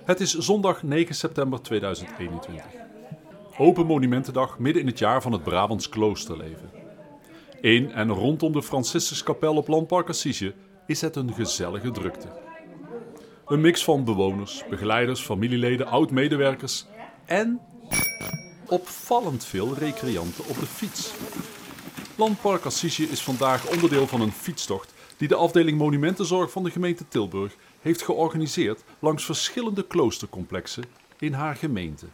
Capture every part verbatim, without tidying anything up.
Het is zondag negen september tweeduizend eenentwintig. Open Monumentendag midden in het jaar van het Brabants kloosterleven. In en rondom de Franciscuskapel op Landpark Assise is het een gezellige drukte. Een mix van bewoners, begeleiders, familieleden, oud-medewerkers en opvallend veel recreanten op de fiets. Landpark Assise is vandaag onderdeel van een fietstocht die de afdeling Monumentenzorg van de gemeente Tilburg heeft georganiseerd langs verschillende kloostercomplexen in haar gemeente.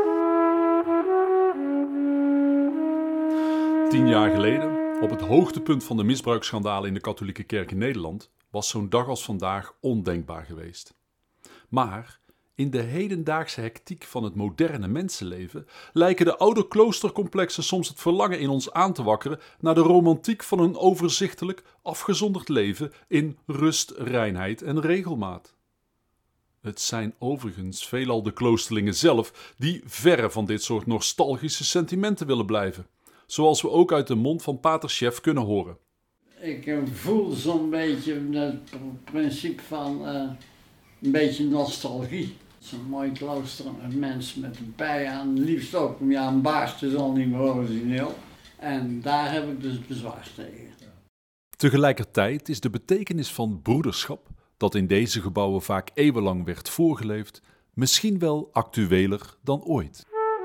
Tien jaar geleden, op het hoogtepunt van de misbruiksschandalen in de katholieke kerk in Nederland, was zo'n dag als vandaag ondenkbaar geweest. Maar in de hedendaagse hectiek van het moderne mensenleven lijken de oude kloostercomplexen soms het verlangen in ons aan te wakkeren naar de romantiek van een overzichtelijk, afgezonderd leven in rust, reinheid en regelmaat. Het zijn overigens veelal de kloosterlingen zelf die verre van dit soort nostalgische sentimenten willen blijven, zoals we ook uit de mond van pater Chef kunnen horen. Ik voel zo'n beetje het principe van uh, een beetje nostalgie. Het is een mooi klooster met mensen met een pij aan, liefst ook, ja, een baard is al niet meer origineel. En daar heb ik dus bezwaar tegen. Tegelijkertijd is de betekenis van broederschap, dat in deze gebouwen vaak eeuwenlang werd voorgeleefd, misschien wel actueler dan ooit.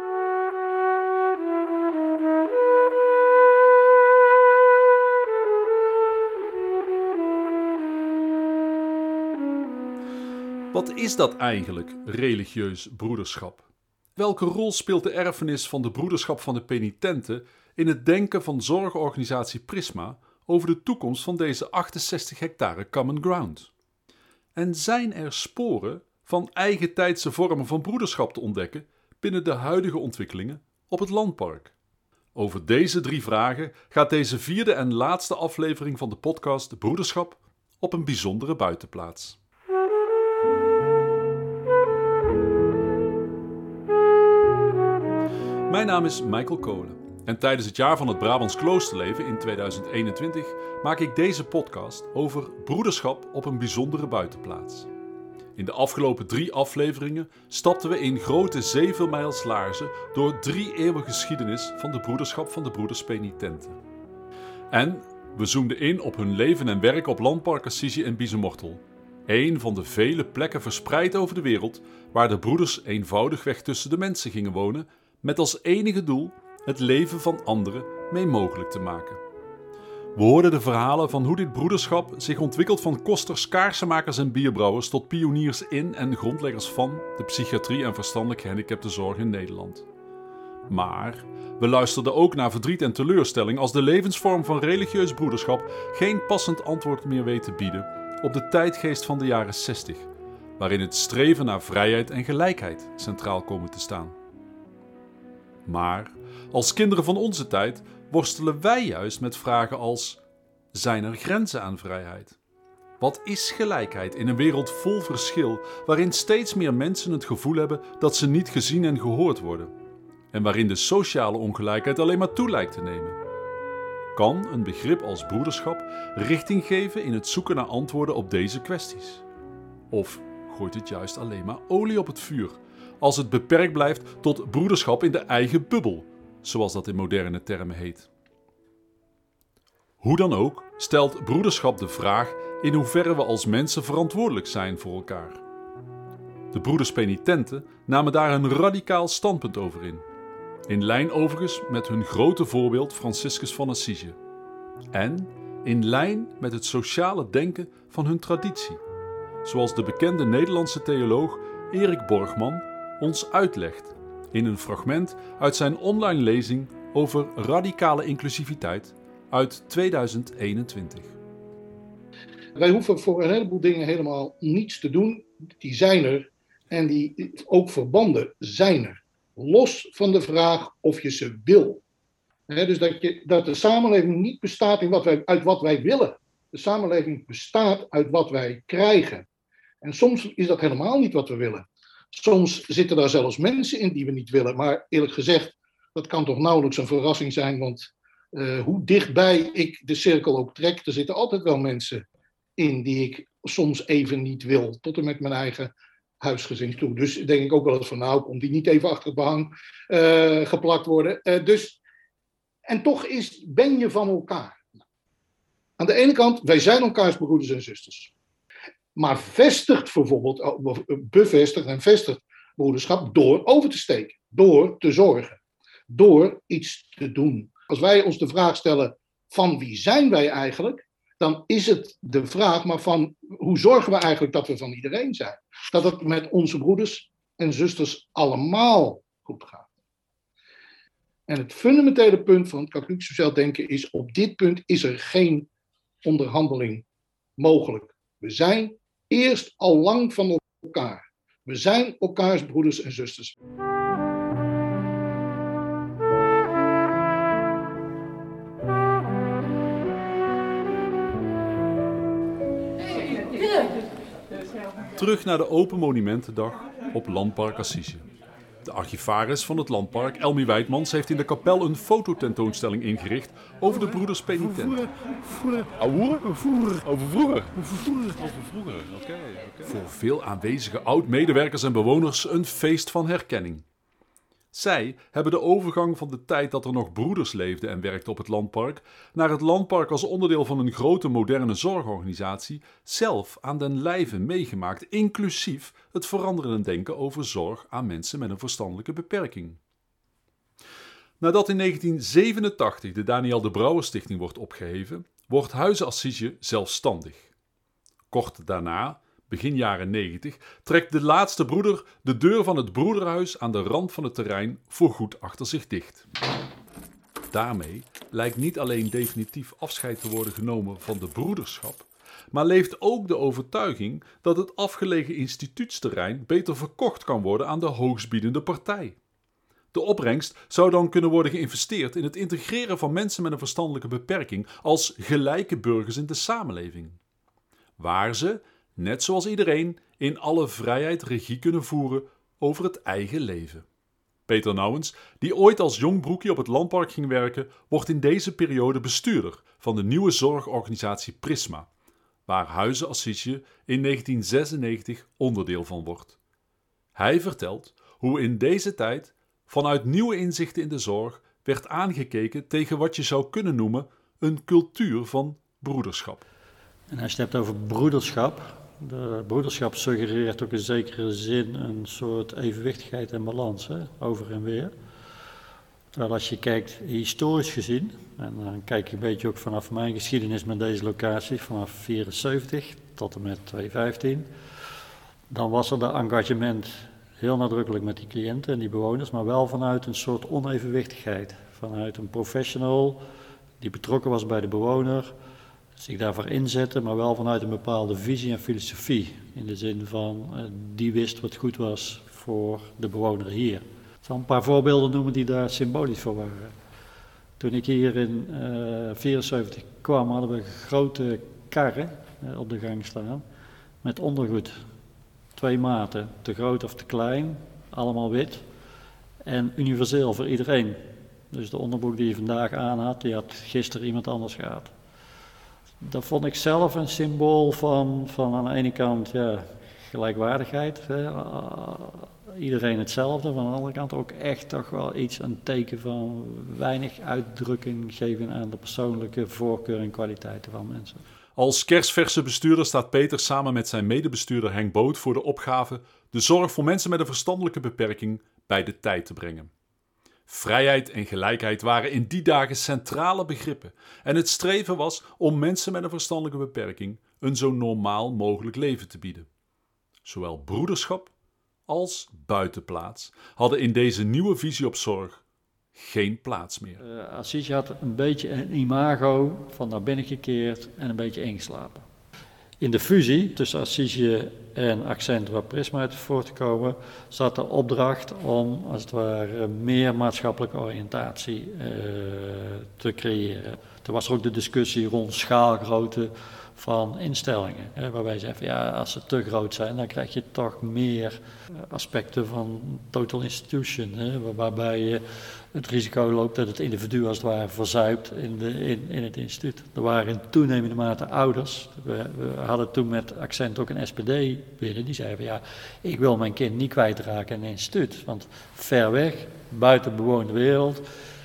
Wat is dat eigenlijk, religieus broederschap? Welke rol speelt de erfenis van de broederschap van de penitenten in het denken van zorgorganisatie Prisma over de toekomst van deze achtenzestig hectare common ground? En zijn er sporen van eigentijdse vormen van broederschap te ontdekken binnen de huidige ontwikkelingen op het landpark? Over deze drie vragen gaat deze vierde en laatste aflevering van de podcast Broederschap op een bijzondere buitenplaats. Mijn naam is Michael Kolen en tijdens het jaar van het Brabants kloosterleven in tweeduizend eenentwintig maak ik deze podcast over broederschap op een bijzondere buitenplaats. In de afgelopen drie afleveringen stapten we in grote zevenmijls laarzen door drie eeuwen geschiedenis van de broederschap van de broeders penitenten. En we zoomden in op hun leven en werk op Landpark Assise en Biezenmortel. Een van de vele plekken verspreid over de wereld waar de broeders eenvoudigweg tussen de mensen gingen wonen, met als enige doel het leven van anderen mee mogelijk te maken. We hoorden de verhalen van hoe dit broederschap zich ontwikkelt van kosters, kaarsenmakers en bierbrouwers tot pioniers in en grondleggers van de psychiatrie en verstandelijk gehandicaptenzorg in Nederland. Maar we luisterden ook naar verdriet en teleurstelling als de levensvorm van religieus broederschap geen passend antwoord meer weet te bieden op de tijdgeest van de jaren zestig, waarin het streven naar vrijheid en gelijkheid centraal komen te staan. Maar als kinderen van onze tijd worstelen wij juist met vragen als: zijn er grenzen aan vrijheid? Wat is gelijkheid in een wereld vol verschil, waarin steeds meer mensen het gevoel hebben dat ze niet gezien en gehoord worden, en waarin de sociale ongelijkheid alleen maar toe lijkt te nemen? Kan een begrip als broederschap richting geven in het zoeken naar antwoorden op deze kwesties? Of gooit het juist alleen maar olie op het vuur, als het beperkt blijft tot broederschap in de eigen bubbel, zoals dat in moderne termen heet? Hoe dan ook stelt broederschap de vraag in hoeverre we als mensen verantwoordelijk zijn voor elkaar. De broeders penitenten namen daar een radicaal standpunt over in. In lijn overigens met hun grote voorbeeld Franciscus van Assise. En in lijn met het sociale denken van hun traditie, zoals de bekende Nederlandse theoloog Erik Borgman ons uitlegt in een fragment uit zijn online lezing over radicale inclusiviteit uit tweeduizend eenentwintig. Wij hoeven voor een heleboel dingen helemaal niets te doen. Die zijn er en die ook verbanden zijn er. Los van de vraag of je ze wil. He, dus dat, je, dat de samenleving niet bestaat in wat wij, uit wat wij willen. De samenleving bestaat uit wat wij krijgen. En soms is dat helemaal niet wat we willen. Soms zitten daar zelfs mensen in die we niet willen. Maar eerlijk gezegd, dat kan toch nauwelijks een verrassing zijn. Want uh, hoe dichtbij ik de cirkel ook trek, er zitten altijd wel mensen in die ik soms even niet wil. Tot en met mijn eigen huisgezinsstoel. Dus denk ik ook wel eens van, nou, komt die niet even achter het behang uh, geplakt worden. Uh, dus, en toch is, ben je van elkaar. Aan de ene kant, wij zijn elkaars broeders en zusters. Maar vestigt bijvoorbeeld, bevestigt en vestigt broederschap door over te steken. Door te zorgen. Door iets te doen. Als wij ons de vraag stellen, van wie zijn wij eigenlijk? Dan is het de vraag, maar van hoe zorgen we eigenlijk dat we van iedereen zijn? Dat het met onze broeders en zusters allemaal goed gaat. En het fundamentele punt van het katholiek sociaal denken is, op dit punt is er geen onderhandeling mogelijk. We zijn eerst al lang van elkaar. We zijn elkaars broeders en zusters. Terug naar de Open Monumentendag op Landpark Assisi. De archivaris van het landpark, Elmi Wijdmans, heeft in de kapel een fototentoonstelling ingericht over de broeders penitenten. Over vroeger. Over vroeger. Over vroeger, oké. Okay, okay. Voor veel aanwezige oud-medewerkers en bewoners een feest van herkenning. Zij hebben de overgang van de tijd dat er nog broeders leefden en werkten op het landpark, naar het landpark als onderdeel van een grote moderne zorgorganisatie, zelf aan den lijve meegemaakt, inclusief het veranderende denken over zorg aan mensen met een verstandelijke beperking. Nadat in negentien zevenentachtig de Daniel de Brouwer Stichting wordt opgeheven, wordt Huize Assisi zelfstandig. Kort daarna, begin jaren negentig, trekt de laatste broeder de deur van het broederhuis aan de rand van het terrein voorgoed achter zich dicht. Daarmee lijkt niet alleen definitief afscheid te worden genomen van de broederschap, maar leeft ook de overtuiging dat het afgelegen instituutsterrein beter verkocht kan worden aan de hoogstbiedende partij. De opbrengst zou dan kunnen worden geïnvesteerd in het integreren van mensen met een verstandelijke beperking als gelijke burgers in de samenleving, waar ze, net zoals iedereen, in alle vrijheid regie kunnen voeren over het eigen leven. Peter Nouwens, die ooit als jong broekie op het landpark ging werken, wordt in deze periode bestuurder van de nieuwe zorgorganisatie Prisma, waar Huize Assisi in negentien zesennegentig onderdeel van wordt. Hij vertelt hoe in deze tijd vanuit nieuwe inzichten in de zorg werd aangekeken tegen wat je zou kunnen noemen een cultuur van broederschap. En als je het hebt over broederschap, de broederschap suggereert ook in zekere zin een soort evenwichtigheid en balans, hè, over en weer. Terwijl als je kijkt historisch gezien, en dan kijk je een beetje ook vanaf mijn geschiedenis met deze locatie, vanaf vierenzeventig tot en met tweeduizend vijftien, dan was er de engagement heel nadrukkelijk met die cliënten en die bewoners, maar wel vanuit een soort onevenwichtigheid. Vanuit een professional die betrokken was bij de bewoner, zich daarvoor inzetten, maar wel vanuit een bepaalde visie en filosofie. In de zin van, uh, die wist wat goed was voor de bewoner hier. Ik zal een paar voorbeelden noemen die daar symbolisch voor waren. Toen ik hier in uh, vierenzeventig kwam, hadden we grote karren uh, op de gang staan met ondergoed. Twee maten, te groot of te klein, allemaal wit en universeel voor iedereen. Dus de onderbroek die je vandaag aan had, die had gisteren iemand anders gehad. Dat vond ik zelf een symbool van, van aan de ene kant ja, gelijkwaardigheid, hè, iedereen hetzelfde, van aan de andere kant ook echt toch wel iets, een teken van weinig uitdrukking geven aan de persoonlijke voorkeur en kwaliteiten van mensen. Als kersverse bestuurder staat Peter samen met zijn medebestuurder Henk Boot voor de opgave de zorg voor mensen met een verstandelijke beperking bij de tijd te brengen. Vrijheid en gelijkheid waren in die dagen centrale begrippen en het streven was om mensen met een verstandelijke beperking een zo normaal mogelijk leven te bieden. Zowel broederschap als buitenplaats hadden in deze nieuwe visie op zorg geen plaats meer. Uh, Assisi had een beetje een imago van naar binnen gekeerd en een beetje ingeslapen. In de fusie tussen Assisi en Accent, waar Prisma uit is voortgekomen, zat de opdracht om, als het ware, meer maatschappelijke oriëntatie uh, te creëren. Toen was er ook de discussie rond schaalgrootte van instellingen. Hè, waarbij ze zeggen, ja, als ze te groot zijn, dan krijg je toch meer aspecten van total institution. Hè, waarbij je het risico loopt dat het individu als het ware verzuipt in, de, in, in het instituut. Er waren in toenemende mate ouders. We, we hadden toen met accent ook een S P D binnen. Die zeiden, ja, ik wil mijn kind niet kwijtraken in een instituut. Want ver weg, buiten de bewoonde wereld.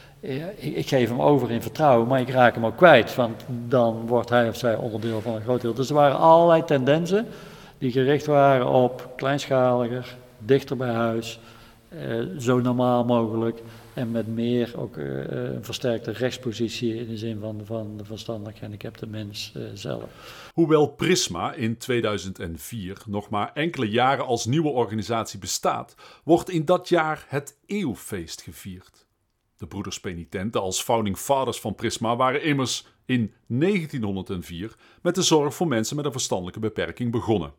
Ik geef hem over in vertrouwen, maar ik raak hem ook kwijt, want dan wordt hij of zij onderdeel van een groot deel. Dus er waren allerlei tendensen die gericht waren op kleinschaliger, dichter bij huis, eh, zo normaal mogelijk en met meer ook eh, een versterkte rechtspositie in de zin van, van de verstandelijk gehandicapte mens eh, zelf. Hoewel Prisma in tweeduizend vier nog maar enkele jaren als nieuwe organisatie bestaat, wordt in dat jaar het eeuwfeest gevierd. De broeders penitenten als founding fathers van Prisma waren immers in negentienhonderdvier met de zorg voor mensen met een verstandelijke beperking begonnen.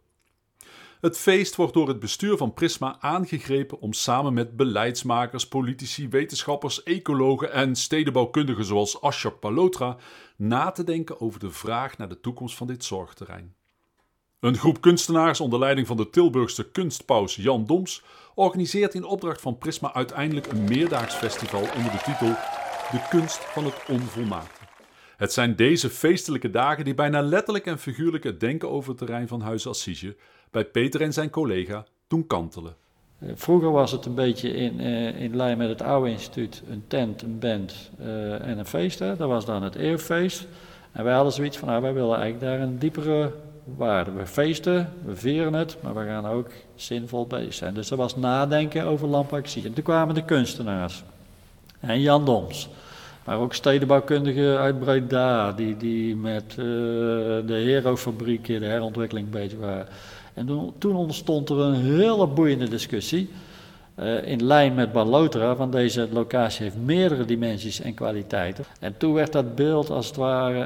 Het feest wordt door het bestuur van Prisma aangegrepen om samen met beleidsmakers, politici, wetenschappers, ecologen en stedenbouwkundigen zoals Ashok Palhotra na te denken over de vraag naar de toekomst van dit zorgterrein. Een groep kunstenaars onder leiding van de Tilburgse kunstpaus Jan Doms organiseert in opdracht van Prisma uiteindelijk een meerdaags festival onder de titel De Kunst van het Onvolmaakte. Het zijn deze feestelijke dagen die bijna letterlijk en figuurlijk het denken over het terrein van Huize Assise bij Peter en zijn collega doen kantelen. Vroeger was het een beetje in, uh, in lijn met het oude instituut, een tent, een band uh, en een feest. Hè. Dat was dan het eeuwfeest. En wij hadden zoiets van, nou, wij willen eigenlijk daar een diepere waarde. We feesten, we vieren het, maar we gaan ook zinvol bezig zijn. Dus dat was nadenken over Landpark Assise. En toen kwamen de kunstenaars en Jan Doms. Maar ook stedenbouwkundigen uit Breda, die, die met uh, de Hero-fabriek, de herontwikkeling bezig waren. En toen, toen ontstond er een hele boeiende discussie. Uh, in lijn met Palhotra, van deze locatie heeft meerdere dimensies en kwaliteiten. En toen werd dat beeld als het ware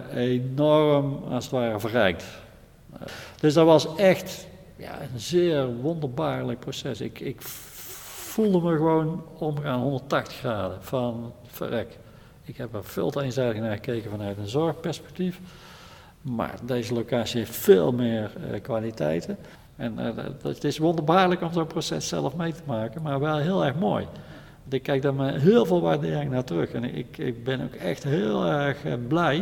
enorm als het ware verrijkt. Uh, dus dat was echt ja, een zeer wonderbaarlijk proces. Ik, ik voelde me gewoon omgaan honderdtachtig graden van verrek. Ik heb er veel te eenzijdig naar gekeken vanuit een zorgperspectief. Maar deze locatie heeft veel meer uh, kwaliteiten. En uh, het is wonderbaarlijk om zo'n proces zelf mee te maken, maar wel heel erg mooi. Want ik kijk daar met heel veel waardering naar terug. En ik, ik ben ook echt heel erg uh, blij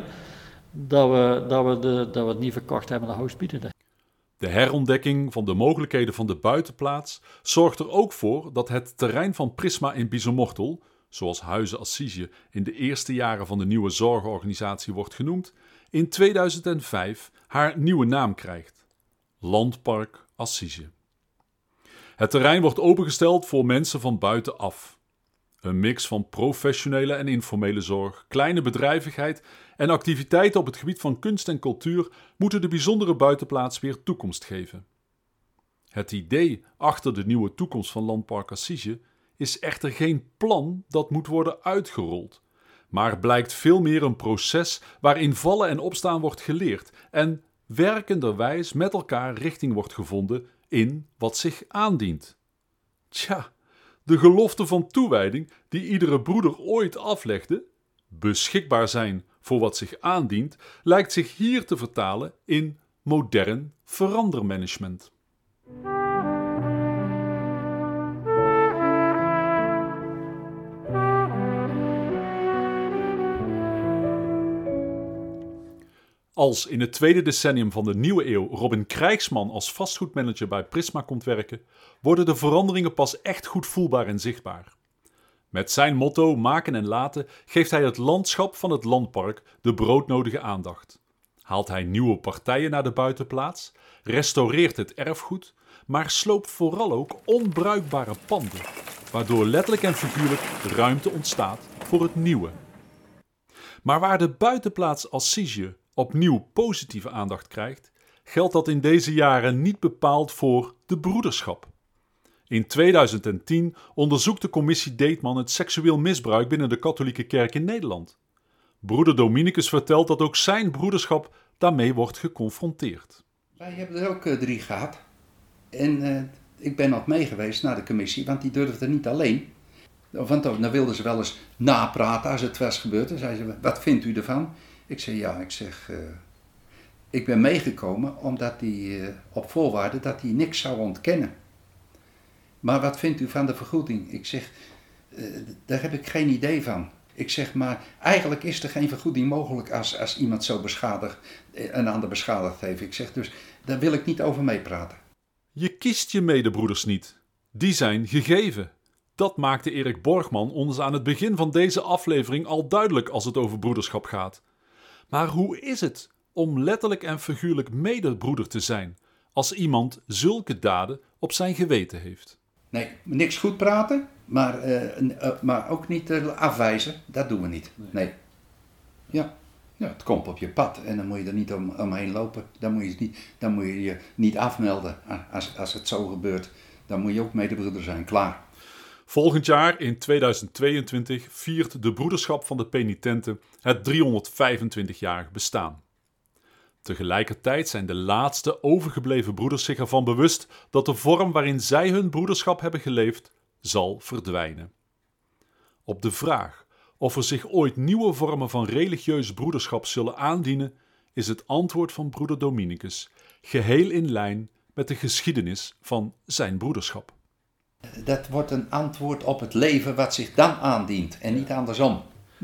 dat we, dat, we de, dat we het niet verkocht hebben aan de hoogstbiedende. De herontdekking van de mogelijkheden van de buitenplaats zorgt er ook voor dat het terrein van Prisma in Bisonmortel, zoals Huize Assise in de eerste jaren van de nieuwe zorgorganisatie wordt genoemd, in tweeduizend vijf haar nieuwe naam krijgt: Landpark Assise. Het terrein wordt opengesteld voor mensen van buitenaf. Een mix van professionele en informele zorg, kleine bedrijvigheid en activiteiten op het gebied van kunst en cultuur moeten de bijzondere buitenplaats weer toekomst geven. Het idee achter de nieuwe toekomst van Landpark Assise is echter geen plan dat moet worden uitgerold, maar blijkt veel meer een proces waarin vallen en opstaan wordt geleerd en werkenderwijs met elkaar richting wordt gevonden in wat zich aandient. Tja, de gelofte van toewijding die iedere broeder ooit aflegde, beschikbaar zijn voor wat zich aandient, lijkt zich hier te vertalen in modern verandermanagement. Als in het tweede decennium van de nieuwe eeuw Robin Krijgsman als vastgoedmanager bij Prisma komt werken, worden de veranderingen pas echt goed voelbaar en zichtbaar. Met zijn motto maken en laten geeft hij het landschap van het landpark de broodnodige aandacht. Haalt hij nieuwe partijen naar de buitenplaats, restaureert het erfgoed, maar sloopt vooral ook onbruikbare panden, waardoor letterlijk en figuurlijk ruimte ontstaat voor het nieuwe. Maar waar de buitenplaats Assise opnieuw positieve aandacht krijgt, geldt dat in deze jaren niet bepaald voor de broederschap. In tweeduizend tien onderzoekt de commissie Deetman het seksueel misbruik binnen de katholieke kerk in Nederland. Broeder Dominicus vertelt dat ook zijn broederschap daarmee wordt geconfronteerd. Wij hebben er ook uh, drie gehad. En uh, ik ben nog mee geweest naar de commissie, want die durfde niet alleen. Want dan wilden ze wel eens napraten als het was gebeurd. Dan zeiden ze, wat vindt u ervan? Ik zei, ja, ik zeg, uh, Ik ben meegekomen omdat hij uh, op voorwaarde dat hij niks zou ontkennen. Maar wat vindt u van de vergoeding? Ik zeg, uh, daar heb ik geen idee van. Ik zeg maar, eigenlijk is er geen vergoeding mogelijk als, als iemand zo beschadigd, een ander beschadigd heeft. Ik zeg dus, daar wil ik niet over meepraten. Je kiest je medebroeders niet. Die zijn gegeven. Dat maakte Erik Borgman ons aan het begin van deze aflevering al duidelijk als het over broederschap gaat. Maar hoe is het om letterlijk en figuurlijk medebroeder te zijn als iemand zulke daden op zijn geweten heeft? Nee, niks goed praten, maar, uh, uh, maar ook niet uh, afwijzen. Dat doen we niet. Nee. Ja. ja, het komt op je pad en dan moet je er niet om, omheen lopen. Dan moet, je niet, dan moet je je niet afmelden als, als het zo gebeurt. Dan moet je ook medebroeder zijn, klaar. Volgend jaar, in tweeduizend tweeëntwintig, viert de broederschap van de penitenten het driehonderdvijfentwintig-jarig bestaan. Tegelijkertijd zijn de laatste overgebleven broeders zich ervan bewust dat de vorm waarin zij hun broederschap hebben geleefd, zal verdwijnen. Op de vraag of er zich ooit nieuwe vormen van religieus broederschap zullen aandienen, is het antwoord van broeder Dominicus geheel in lijn met de geschiedenis van zijn broederschap. Dat wordt een antwoord op het leven wat zich dan aandient en niet andersom.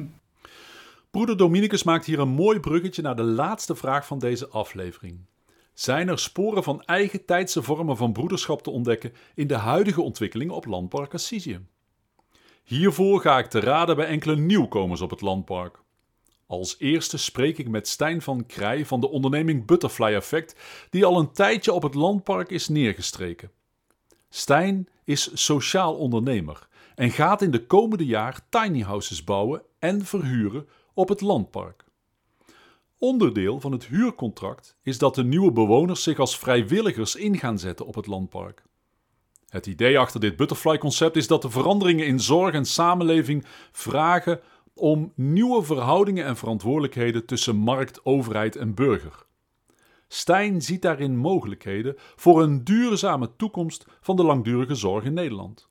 Broeder Dominicus maakt hier een mooi bruggetje naar de laatste vraag van deze aflevering. Zijn er sporen van eigen tijdse vormen van broederschap te ontdekken in de huidige ontwikkelingen op Landpark Assisië? Hiervoor ga ik te raden bij enkele nieuwkomers op het landpark. Als eerste spreek ik met Stijn van Krij van de onderneming Butterfly Effect, die al een tijdje op het landpark is neergestreken. Stijn is sociaal ondernemer en gaat in de komende jaar tiny houses bouwen en verhuren op het landpark. Onderdeel van het huurcontract is dat de nieuwe bewoners zich als vrijwilligers in gaan zetten op het landpark. Het idee achter dit Butterfly-concept is dat de veranderingen in zorg en samenleving vragen om nieuwe verhoudingen en verantwoordelijkheden tussen markt, overheid en burger. Stijn ziet daarin mogelijkheden voor een duurzame toekomst van de langdurige zorg in Nederland.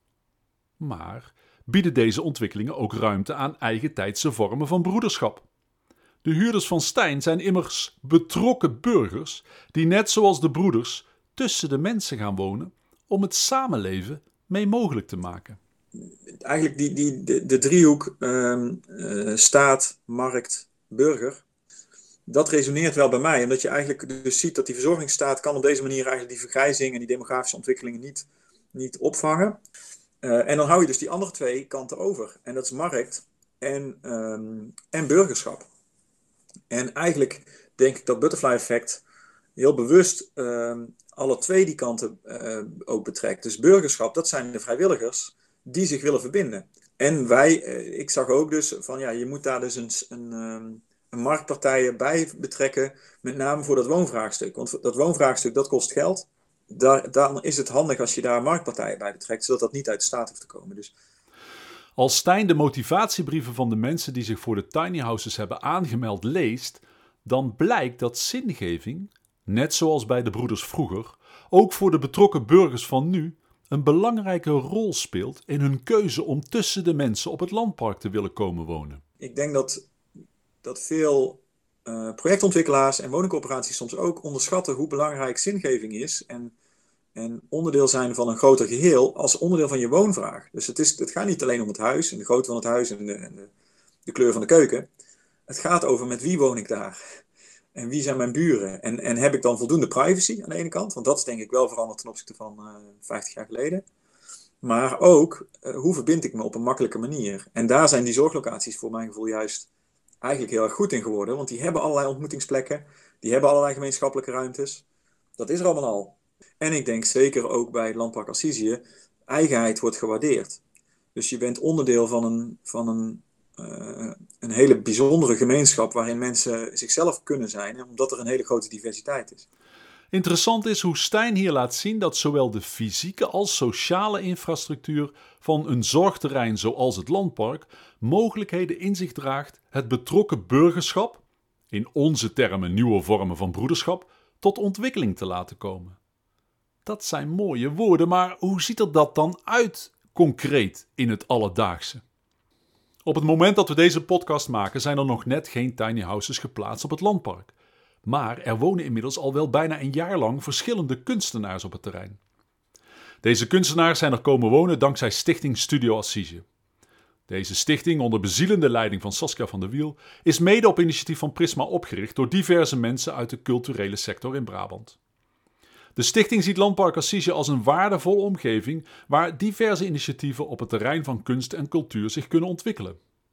Maar bieden deze ontwikkelingen ook ruimte aan eigentijdse vormen van broederschap? De huurders van Stijn zijn immers betrokken burgers die net zoals de broeders tussen de mensen gaan wonen om het samenleven mee mogelijk te maken. Eigenlijk die, die, de, de driehoek uh, uh, staat, markt, burger, dat resoneert wel bij mij. Omdat je eigenlijk dus ziet dat die verzorgingsstaat kan op deze manier eigenlijk die vergrijzing en die demografische ontwikkelingen niet, niet opvangen. Uh, en dan hou je dus die andere twee kanten over. En dat is markt en, um, en burgerschap. En eigenlijk denk ik dat Butterfly Effect heel bewust uh, alle twee die kanten uh, ook betrekt. Dus burgerschap, dat zijn de vrijwilligers die zich willen verbinden. En wij, uh, ik zag ook dus van ja, je moet daar dus een, een, um, een marktpartij bij betrekken, met name voor dat woonvraagstuk. Want dat woonvraagstuk, dat kost geld. Daar, dan is het handig als je daar marktpartijen bij betrekt, zodat dat niet uit de staat hoeft te komen. Dus... Als Stijn de motivatiebrieven van de mensen die zich voor de tiny houses hebben aangemeld leest, dan blijkt dat zingeving, net zoals bij de broeders vroeger, ook voor de betrokken burgers van nu een belangrijke rol speelt in hun keuze om tussen de mensen op het landpark te willen komen wonen. Ik denk dat, dat veel uh, projectontwikkelaars en woningcorporaties soms ook onderschatten hoe belangrijk zingeving is en, en onderdeel zijn van een groter geheel als onderdeel van je woonvraag. Dus het, is, het gaat niet alleen om het huis en de grootte van het huis en de, en de, de kleur van de keuken. Het gaat over met wie woon ik daar en wie zijn mijn buren en, en heb ik dan voldoende privacy aan de ene kant, want dat is denk ik wel veranderd ten opzichte van uh, vijftig jaar geleden. Maar ook, uh, hoe verbind ik me op een makkelijke manier? En daar zijn die zorglocaties voor mijn gevoel juist eigenlijk heel erg goed in geworden. Want die hebben allerlei ontmoetingsplekken. Die hebben allerlei gemeenschappelijke ruimtes. Dat is er allemaal al. En ik denk zeker ook bij het Landpark Assisië, eigenheid wordt gewaardeerd. Dus je bent onderdeel van een, van een, uh, een hele bijzondere gemeenschap waarin mensen zichzelf kunnen zijn. Omdat er een hele grote diversiteit is. Interessant is hoe Stijn hier laat zien dat zowel de fysieke als sociale infrastructuur van een zorgterrein zoals het landpark mogelijkheden in zich draagt het betrokken burgerschap, in onze termen nieuwe vormen van broederschap, tot ontwikkeling te laten komen. Dat zijn mooie woorden, maar hoe ziet er dat dan uit concreet in het alledaagse? Op het moment dat we deze podcast maken zijn er nog net geen tiny houses geplaatst op het landpark. Maar er wonen inmiddels al wel bijna een jaar lang verschillende kunstenaars op het terrein. Deze kunstenaars zijn er komen wonen dankzij Stichting Studio Assise. Deze stichting, onder bezielende leiding van Saskia van der Wiel, is mede op initiatief van Prisma opgericht door diverse mensen uit de culturele sector in Brabant. De stichting ziet Landpark Assise als een waardevolle omgeving waar diverse initiatieven op het terrein van kunst en cultuur zich kunnen ontwikkelen.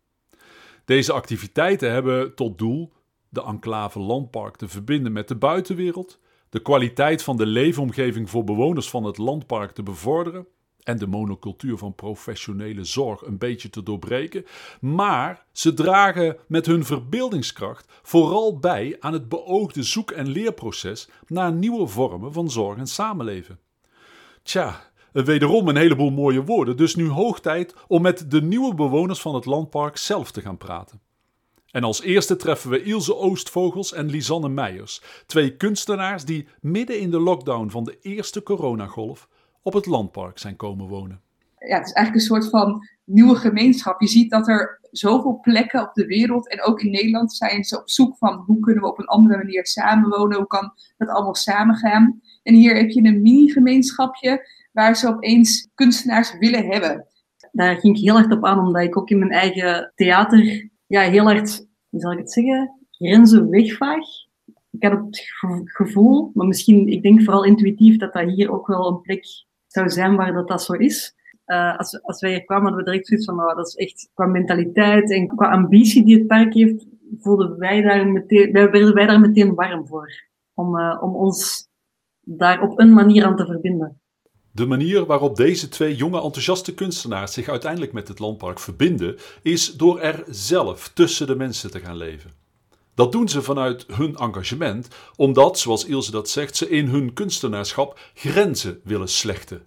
Deze activiteiten hebben tot doel de enclave Landpark te verbinden met de buitenwereld, de kwaliteit van de leefomgeving voor bewoners van het landpark te bevorderen en de monocultuur van professionele zorg een beetje te doorbreken, maar ze dragen met hun verbeeldingskracht vooral bij aan het beoogde zoek- en leerproces naar nieuwe vormen van zorg en samenleven. Tja, wederom een heleboel mooie woorden, dus nu hoog tijd om met de nieuwe bewoners van het landpark zelf te gaan praten. En als eerste treffen we Ilse Oostvogels en Lisanne Meijers, twee kunstenaars die midden in de lockdown van de eerste coronagolf op het landpark zijn komen wonen. Ja, het is eigenlijk een soort van nieuwe gemeenschap. Je ziet dat er zoveel plekken op de wereld en ook in Nederland zijn ze op zoek van hoe kunnen we op een andere manier samenwonen, hoe kan dat allemaal samengaan. En hier heb je een mini-gemeenschapje waar ze opeens kunstenaars willen hebben. Daar ging ik heel erg op aan, omdat ik ook in mijn eigen theater ja, heel erg, hoe zal ik het zeggen, grenzen wegvaag. Ik had het gevoel, maar misschien, ik denk vooral intuïtief, dat dat hier ook wel een plek zou zijn waar dat, dat zo is. Uh, als, als wij hier kwamen, hadden we direct zoiets van, oh, dat is echt qua mentaliteit en qua ambitie die het park heeft, voelden wij daar meteen, werden wij daar meteen warm voor. Om, uh, om ons daar op een manier aan te verbinden. De manier waarop deze twee jonge enthousiaste kunstenaars zich uiteindelijk met het landpark verbinden, is door er zelf tussen de mensen te gaan leven. Dat doen ze vanuit hun engagement, omdat, zoals Ilse dat zegt, ze in hun kunstenaarschap grenzen willen slechten.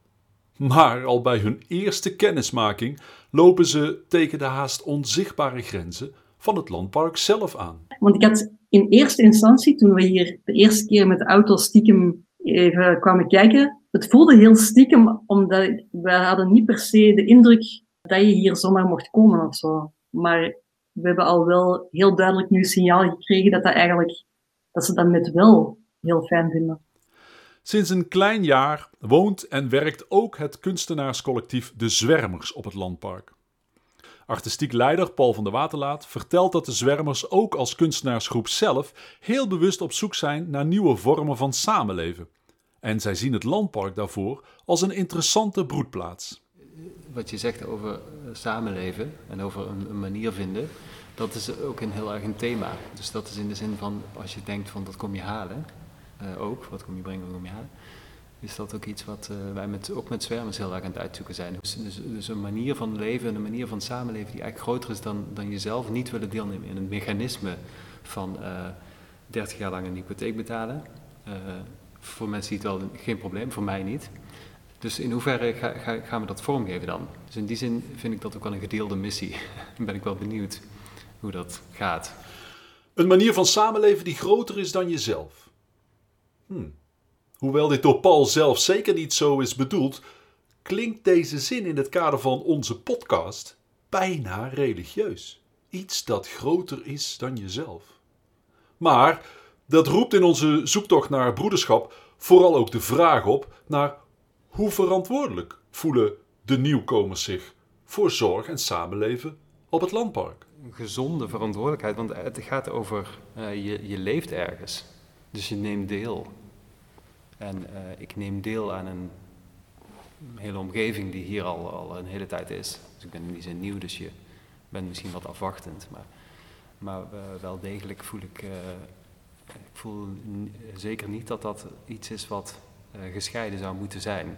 Maar al bij hun eerste kennismaking lopen ze tegen de haast onzichtbare grenzen van het landpark zelf aan. Want ik had in eerste instantie, toen we hier de eerste keer met de auto stiekem even kwamen kijken, het voelde heel stiekem, omdat we hadden niet per se de indruk dat je hier zomaar mocht komen of zo. Maar we hebben al wel heel duidelijk nu signaal gekregen dat, dat, eigenlijk, dat ze dat net wel heel fijn vinden. Sinds een klein jaar woont en werkt ook het kunstenaarscollectief De Zwermers op het landpark. Artistiek leider Paul van der Waterlaat vertelt dat de Zwermers ook als kunstenaarsgroep zelf heel bewust op zoek zijn naar nieuwe vormen van samenleven. En zij zien het landpark daarvoor als een interessante broedplaats. Wat je zegt over samenleven en over een, een manier vinden, dat is ook een heel erg een thema. Dus dat is in de zin van, als je denkt van dat kom je halen, uh, ook, wat kom je brengen, wat kom je halen, is dat ook iets wat uh, wij met, ook met Zwermers heel erg aan het uitzoeken zijn. Dus, dus, dus een manier van leven, een manier van samenleven die eigenlijk groter is dan, dan jezelf niet willen deelnemen in het mechanisme van uh, dertig jaar lang een hypotheek betalen. Uh, voor mensen die het wel geen probleem, voor mij niet. Dus in hoeverre ga, ga, gaan we dat vormgeven dan? Dus in die zin vind ik dat ook wel een gedeelde missie. Dan ben ik wel benieuwd hoe dat gaat. Een manier van samenleven die groter is dan jezelf. Hm. Hoewel dit door Paul zelf zeker niet zo is bedoeld, klinkt deze zin in het kader van onze podcast bijna religieus. Iets dat groter is dan jezelf. Maar dat roept in onze zoektocht naar broederschap vooral ook de vraag op naar hoe verantwoordelijk voelen de nieuwkomers zich voor zorg en samenleven op het landpark. Een gezonde verantwoordelijkheid, want het gaat over uh, je, je leeft ergens. Dus je neemt deel. En uh, ik neem deel aan een hele omgeving die hier al, al een hele tijd is. Dus ik ben in die zin nieuw, dus je bent misschien wat afwachtend. Maar, maar uh, wel degelijk voel ik, uh, ik voel n- zeker niet dat dat iets is wat uh, gescheiden zou moeten zijn.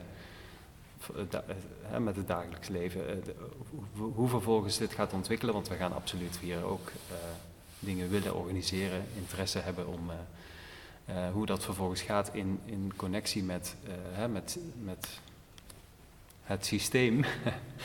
Da- uh, met het dagelijks leven. Uh, de, hoe, hoe vervolgens dit gaat ontwikkelen, want we gaan absoluut hier ook uh, dingen willen organiseren, interesse hebben om... Uh, Uh, hoe dat vervolgens gaat in, in connectie met, uh, hè, met, met het systeem, uh,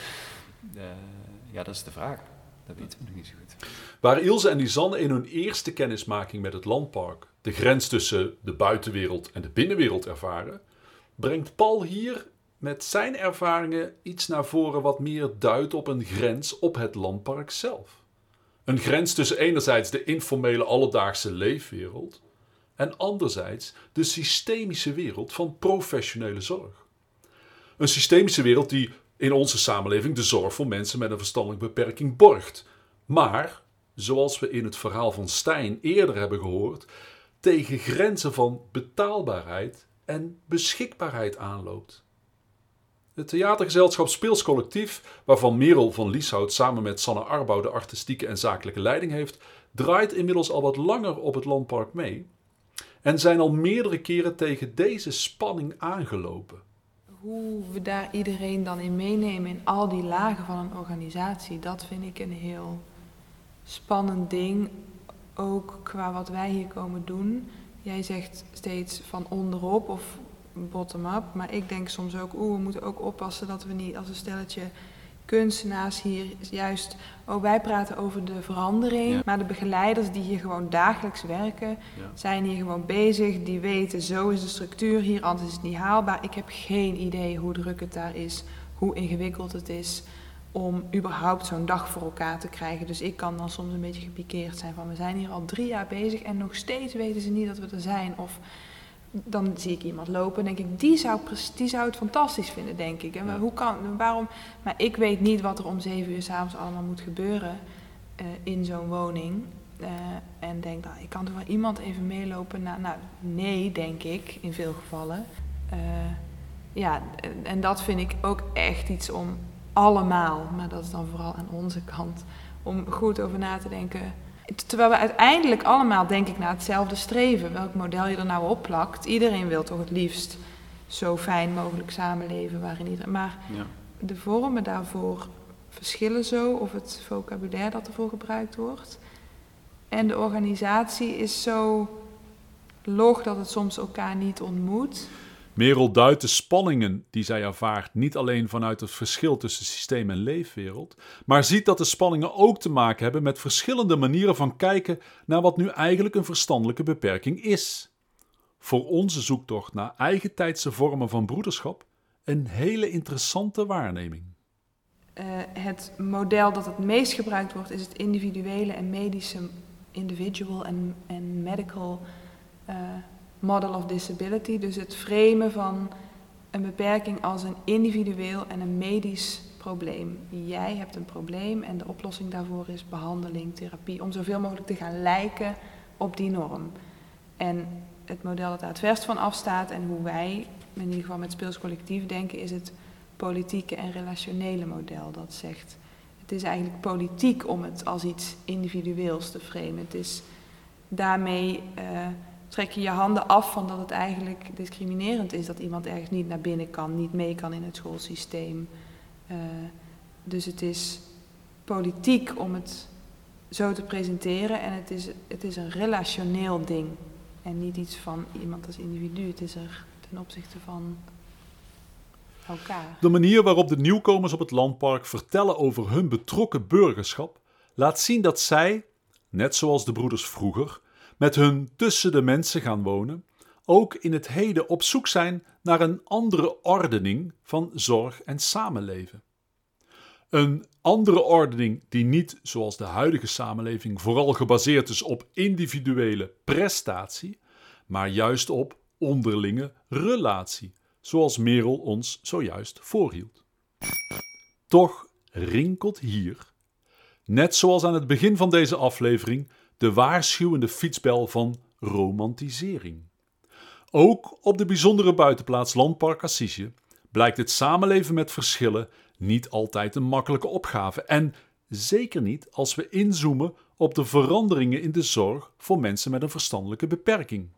ja, dat is de vraag. Dat weten we nog niet zo goed. Waar Ilse en Lisanne in hun eerste kennismaking met het landpark de grens tussen de buitenwereld en de binnenwereld ervaren, brengt Paul hier met zijn ervaringen iets naar voren wat meer duidt op een grens op het landpark zelf. Een grens tussen enerzijds de informele alledaagse leefwereld en anderzijds de systemische wereld van professionele zorg. Een systemische wereld die in onze samenleving de zorg voor mensen met een verstandelijke beperking borgt, maar, zoals we in het verhaal van Stijn eerder hebben gehoord, tegen grenzen van betaalbaarheid en beschikbaarheid aanloopt. Het theatergezelschap Speels Collectief, waarvan Merel van Lieshout samen met Sanne Arbouw de artistieke en zakelijke leiding heeft, draait inmiddels al wat langer op het Landpark mee en zijn al meerdere keren tegen deze spanning aangelopen. Hoe we daar iedereen dan in meenemen in al die lagen van een organisatie, dat vind ik een heel spannend ding. Ook qua wat wij hier komen doen. Jij zegt steeds van onderop of bottom-up, maar ik denk soms ook, oeh, we moeten ook oppassen dat we niet als een stelletje kunstenaars hier juist, oh, wij praten over de verandering, ja. Maar de begeleiders die hier gewoon dagelijks werken, ja. zijn hier gewoon bezig, die weten, zo is de structuur hier, anders is het niet haalbaar. Ik heb geen idee hoe druk het daar is, hoe ingewikkeld het is om überhaupt zo'n dag voor elkaar te krijgen. Dus ik kan dan soms een beetje gepikeerd zijn van, we zijn hier al drie jaar bezig en nog steeds weten ze niet dat we er zijn. Of dan zie ik iemand lopen en denk ik, die zou, die zou het fantastisch vinden, denk ik. En ja. hoe kan, waarom? Maar ik weet niet wat er om zeven uur 's avonds allemaal moet gebeuren uh, in zo'n woning. Uh, en denk, nou, ik kan toch wel iemand even meelopen? Nou, nou, nee, denk ik, in veel gevallen. Uh, ja, en dat vind ik ook echt iets om allemaal, maar dat is dan vooral aan onze kant, om goed over na te denken. Terwijl we uiteindelijk allemaal, denk ik, naar hetzelfde streven. Welk model je er nou op plakt. Iedereen wil toch het liefst zo fijn mogelijk samenleven. Waarin iedereen, maar ja. de vormen daarvoor verschillen zo. Of het vocabulaire dat ervoor gebruikt wordt. En de organisatie is zo log dat het soms elkaar niet ontmoet. Merel duidt de spanningen die zij ervaart niet alleen vanuit het verschil tussen systeem en leefwereld, maar ziet dat de spanningen ook te maken hebben met verschillende manieren van kijken naar wat nu eigenlijk een verstandelijke beperking is. Voor onze zoektocht naar eigentijdse vormen van broederschap een hele interessante waarneming. Uh, het model dat het meest gebruikt wordt is het individuele en medische, individual en, en medical uh, model of disability, dus het framen van een beperking als een individueel en een medisch probleem. Jij hebt een probleem en de oplossing daarvoor is behandeling, therapie, om zoveel mogelijk te gaan lijken op die norm. En het model dat daar het verst van afstaat en hoe wij, in ieder geval met Speels Collectief, denken, is het politieke en relationele model. Dat zegt, het is eigenlijk politiek om het als iets individueels te framen. Het is daarmee uh, trek je je handen af van dat het eigenlijk discriminerend is dat iemand ergens niet naar binnen kan, niet mee kan in het schoolsysteem. Uh, dus het is politiek om het zo te presenteren en het is, het is een relationeel ding. En niet iets van iemand als individu, het is er ten opzichte van elkaar. De manier waarop de nieuwkomers op het Landpark vertellen over hun betrokken burgerschap laat zien dat zij, net zoals de broeders vroeger, met hun tussen de mensen gaan wonen, ook in het heden op zoek zijn naar een andere ordening van zorg en samenleven. Een andere ordening die niet, zoals de huidige samenleving, vooral gebaseerd is op individuele prestatie, maar juist op onderlinge relatie, zoals Merel ons zojuist voorhield. Toch rinkelt hier, net zoals aan het begin van deze aflevering, de waarschuwende fietsbel van romantisering. Ook op de bijzondere buitenplaats Landpark Assisië blijkt het samenleven met verschillen niet altijd een makkelijke opgave. En zeker niet als we inzoomen op de veranderingen in de zorg voor mensen met een verstandelijke beperking.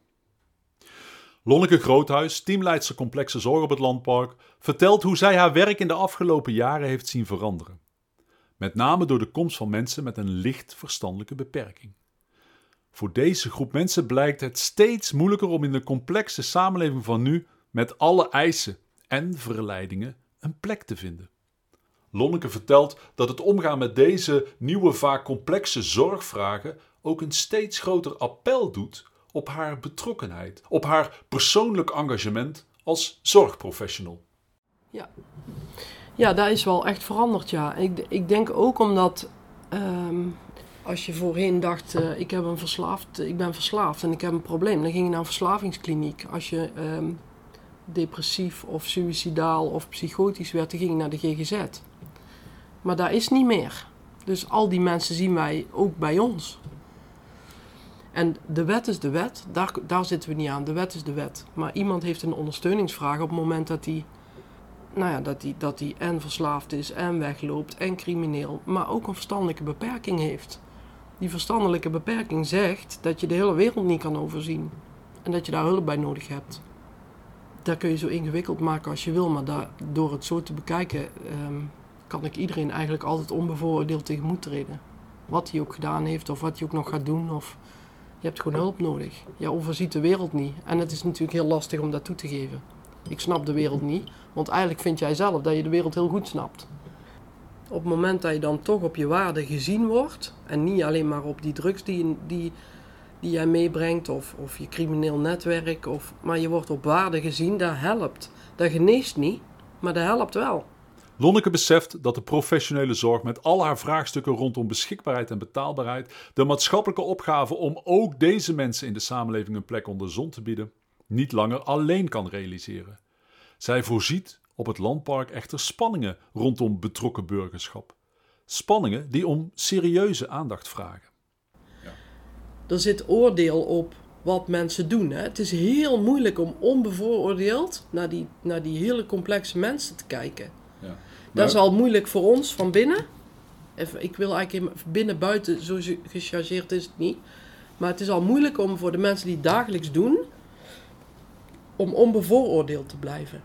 Lonneke Groothuis, teamleidster complexe zorg op het Landpark, vertelt hoe zij haar werk in de afgelopen jaren heeft zien veranderen. Met name door de komst van mensen met een licht verstandelijke beperking. Voor deze groep mensen blijkt het steeds moeilijker om in de complexe samenleving van nu met alle eisen en verleidingen een plek te vinden. Lonneke vertelt dat het omgaan met deze nieuwe, vaak complexe zorgvragen ook een steeds groter appel doet op haar betrokkenheid, op haar persoonlijk engagement als zorgprofessional. Ja, ja dat is wel echt veranderd, ja. Ik, ik denk ook omdat, um, Als je voorheen dacht, uh, ik, heb een verslaafd, ik ben verslaafd en ik heb een probleem, dan ging je naar een verslavingskliniek. Als je um, depressief of suïcidaal of psychotisch werd, dan ging je naar de G G Z. Maar dat is niet meer. Dus al die mensen zien wij ook bij ons. En de wet is de wet, daar, daar zitten we niet aan. De wet is de wet. Maar iemand heeft een ondersteuningsvraag op het moment dat hij, nou ja, dat hij, dat hij en verslaafd is en wegloopt en crimineel, maar ook een verstandelijke beperking heeft. Die verstandelijke beperking zegt dat je de hele wereld niet kan overzien. En dat je daar hulp bij nodig hebt. Dat kun je zo ingewikkeld maken als je wil, maar daar, door het zo te bekijken, um, kan ik iedereen eigenlijk altijd onbevooroordeeld tegemoet treden. Wat hij ook gedaan heeft of wat hij ook nog gaat doen. Of je hebt gewoon hulp nodig. Je overziet de wereld niet. En het is natuurlijk heel lastig om dat toe te geven. Ik snap de wereld niet, want eigenlijk vind jij zelf dat je de wereld heel goed snapt. Op het moment dat je dan toch op je waarde gezien wordt, en niet alleen maar op die drugs die, die, die jij meebrengt, of, of je crimineel netwerk, of, maar je wordt op waarde gezien, dat helpt. Dat geneest niet, maar dat helpt wel. Lonneke beseft dat de professionele zorg met al haar vraagstukken rondom beschikbaarheid en betaalbaarheid, de maatschappelijke opgave om ook deze mensen in de samenleving een plek onder de zon te bieden, niet langer alleen kan realiseren. Zij voorziet op het Landpark echter spanningen rondom betrokken burgerschap. Spanningen die om serieuze aandacht vragen. Ja. Er zit oordeel op wat mensen doen. Hè? Het is heel moeilijk om onbevooroordeeld naar die, naar die hele complexe mensen te kijken. Ja. Maar dat is al moeilijk voor ons van binnen. Even, ik wil eigenlijk binnen buiten, zo gechargeerd is het niet. Maar het is al moeilijk om voor de mensen die het dagelijks doen, om onbevooroordeeld te blijven.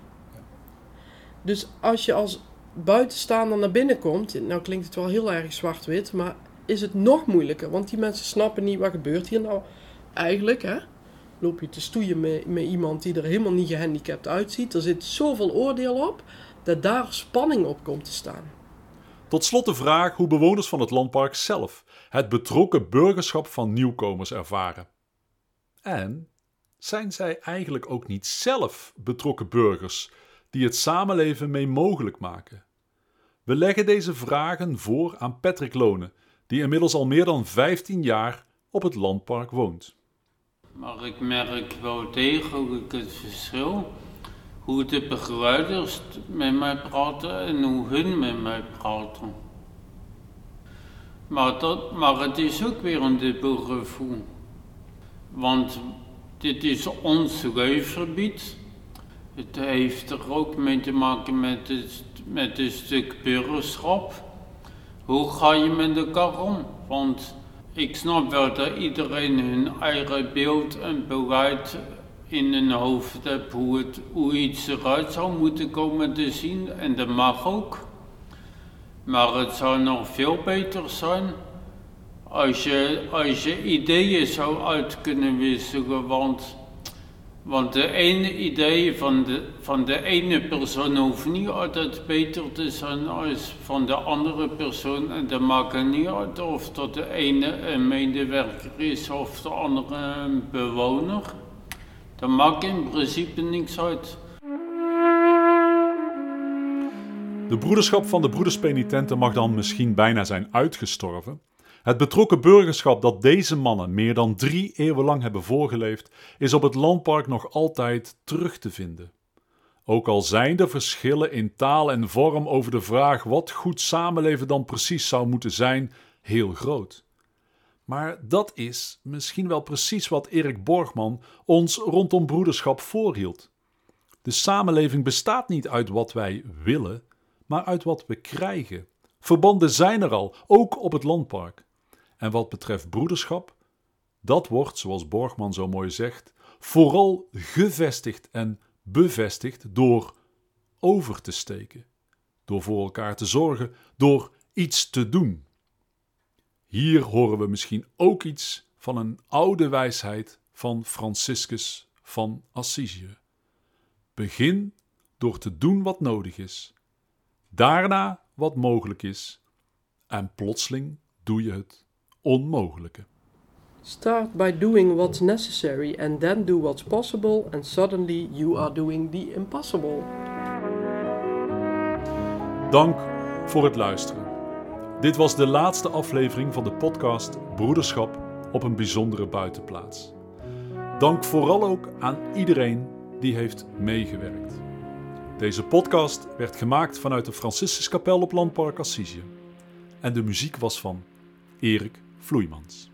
Dus als je als buitenstaander naar binnen komt, nou klinkt het wel heel erg zwart-wit, maar is het nog moeilijker. Want die mensen snappen niet, wat gebeurt hier nou eigenlijk, hè? Loop je te stoeien met, met iemand die er helemaal niet gehandicapt uitziet. Er zit zoveel oordeel op, dat daar spanning op komt te staan. Tot slot de vraag hoe bewoners van het Landpark zelf het betrokken burgerschap van nieuwkomers ervaren. En zijn zij eigenlijk ook niet zelf betrokken burgers die het samenleven mee mogelijk maken? We leggen deze vragen voor aan Patrick Lone, die inmiddels al meer dan vijftien jaar op het Landpark woont. Maar ik merk wel degelijk het verschil hoe de begeleiders met mij praten en hoe hun met mij praten. Maar, dat, maar het is ook weer een dubbel gevoel. Want dit is ons leefgebied. Het heeft er ook mee te maken met het, met het stuk burgerschap. Hoe ga je met elkaar om? Want ik snap wel dat iedereen hun eigen beeld en beleid in hun hoofd heeft hoe, het, hoe iets eruit zou moeten komen te zien. En dat mag ook. Maar het zou nog veel beter zijn als je, als je ideeën zou uit kunnen wisselen. Want, want de ene idee van de, van de ene persoon hoeft niet altijd beter te zijn als van de andere persoon. En dat maakt niet uit of dat de ene een medewerker is of de andere een bewoner. Dat maakt in principe niks uit. De broederschap van de broederspenitenten mag dan misschien bijna zijn uitgestorven. Het betrokken burgerschap dat deze mannen meer dan drie eeuwen lang hebben voorgeleefd, is op het Landpark nog altijd terug te vinden. Ook al zijn er verschillen in taal en vorm over de vraag wat goed samenleven dan precies zou moeten zijn, heel groot. Maar dat is misschien wel precies wat Erik Borgman ons rondom broederschap voorhield. De samenleving bestaat niet uit wat wij willen, maar uit wat we krijgen. Verbanden zijn er al, ook op het Landpark. En wat betreft broederschap, dat wordt, zoals Borgman zo mooi zegt, vooral gevestigd en bevestigd door over te steken. Door voor elkaar te zorgen, door iets te doen. Hier horen we misschien ook iets van een oude wijsheid van Franciscus van Assisië. Begin door te doen wat nodig is. Daarna wat mogelijk is. En plotseling doe je het onmogelijke. Start by doing what's necessary and then do what's possible and suddenly you are doing the impossible. Dank voor het luisteren. Dit was de laatste aflevering van de podcast Broederschap op een bijzondere buitenplaats. Dank vooral ook aan iedereen die heeft meegewerkt. Deze podcast werd gemaakt vanuit de Franciscuskapel op Landpark Assisië. En de muziek was van Erik Vloeimans.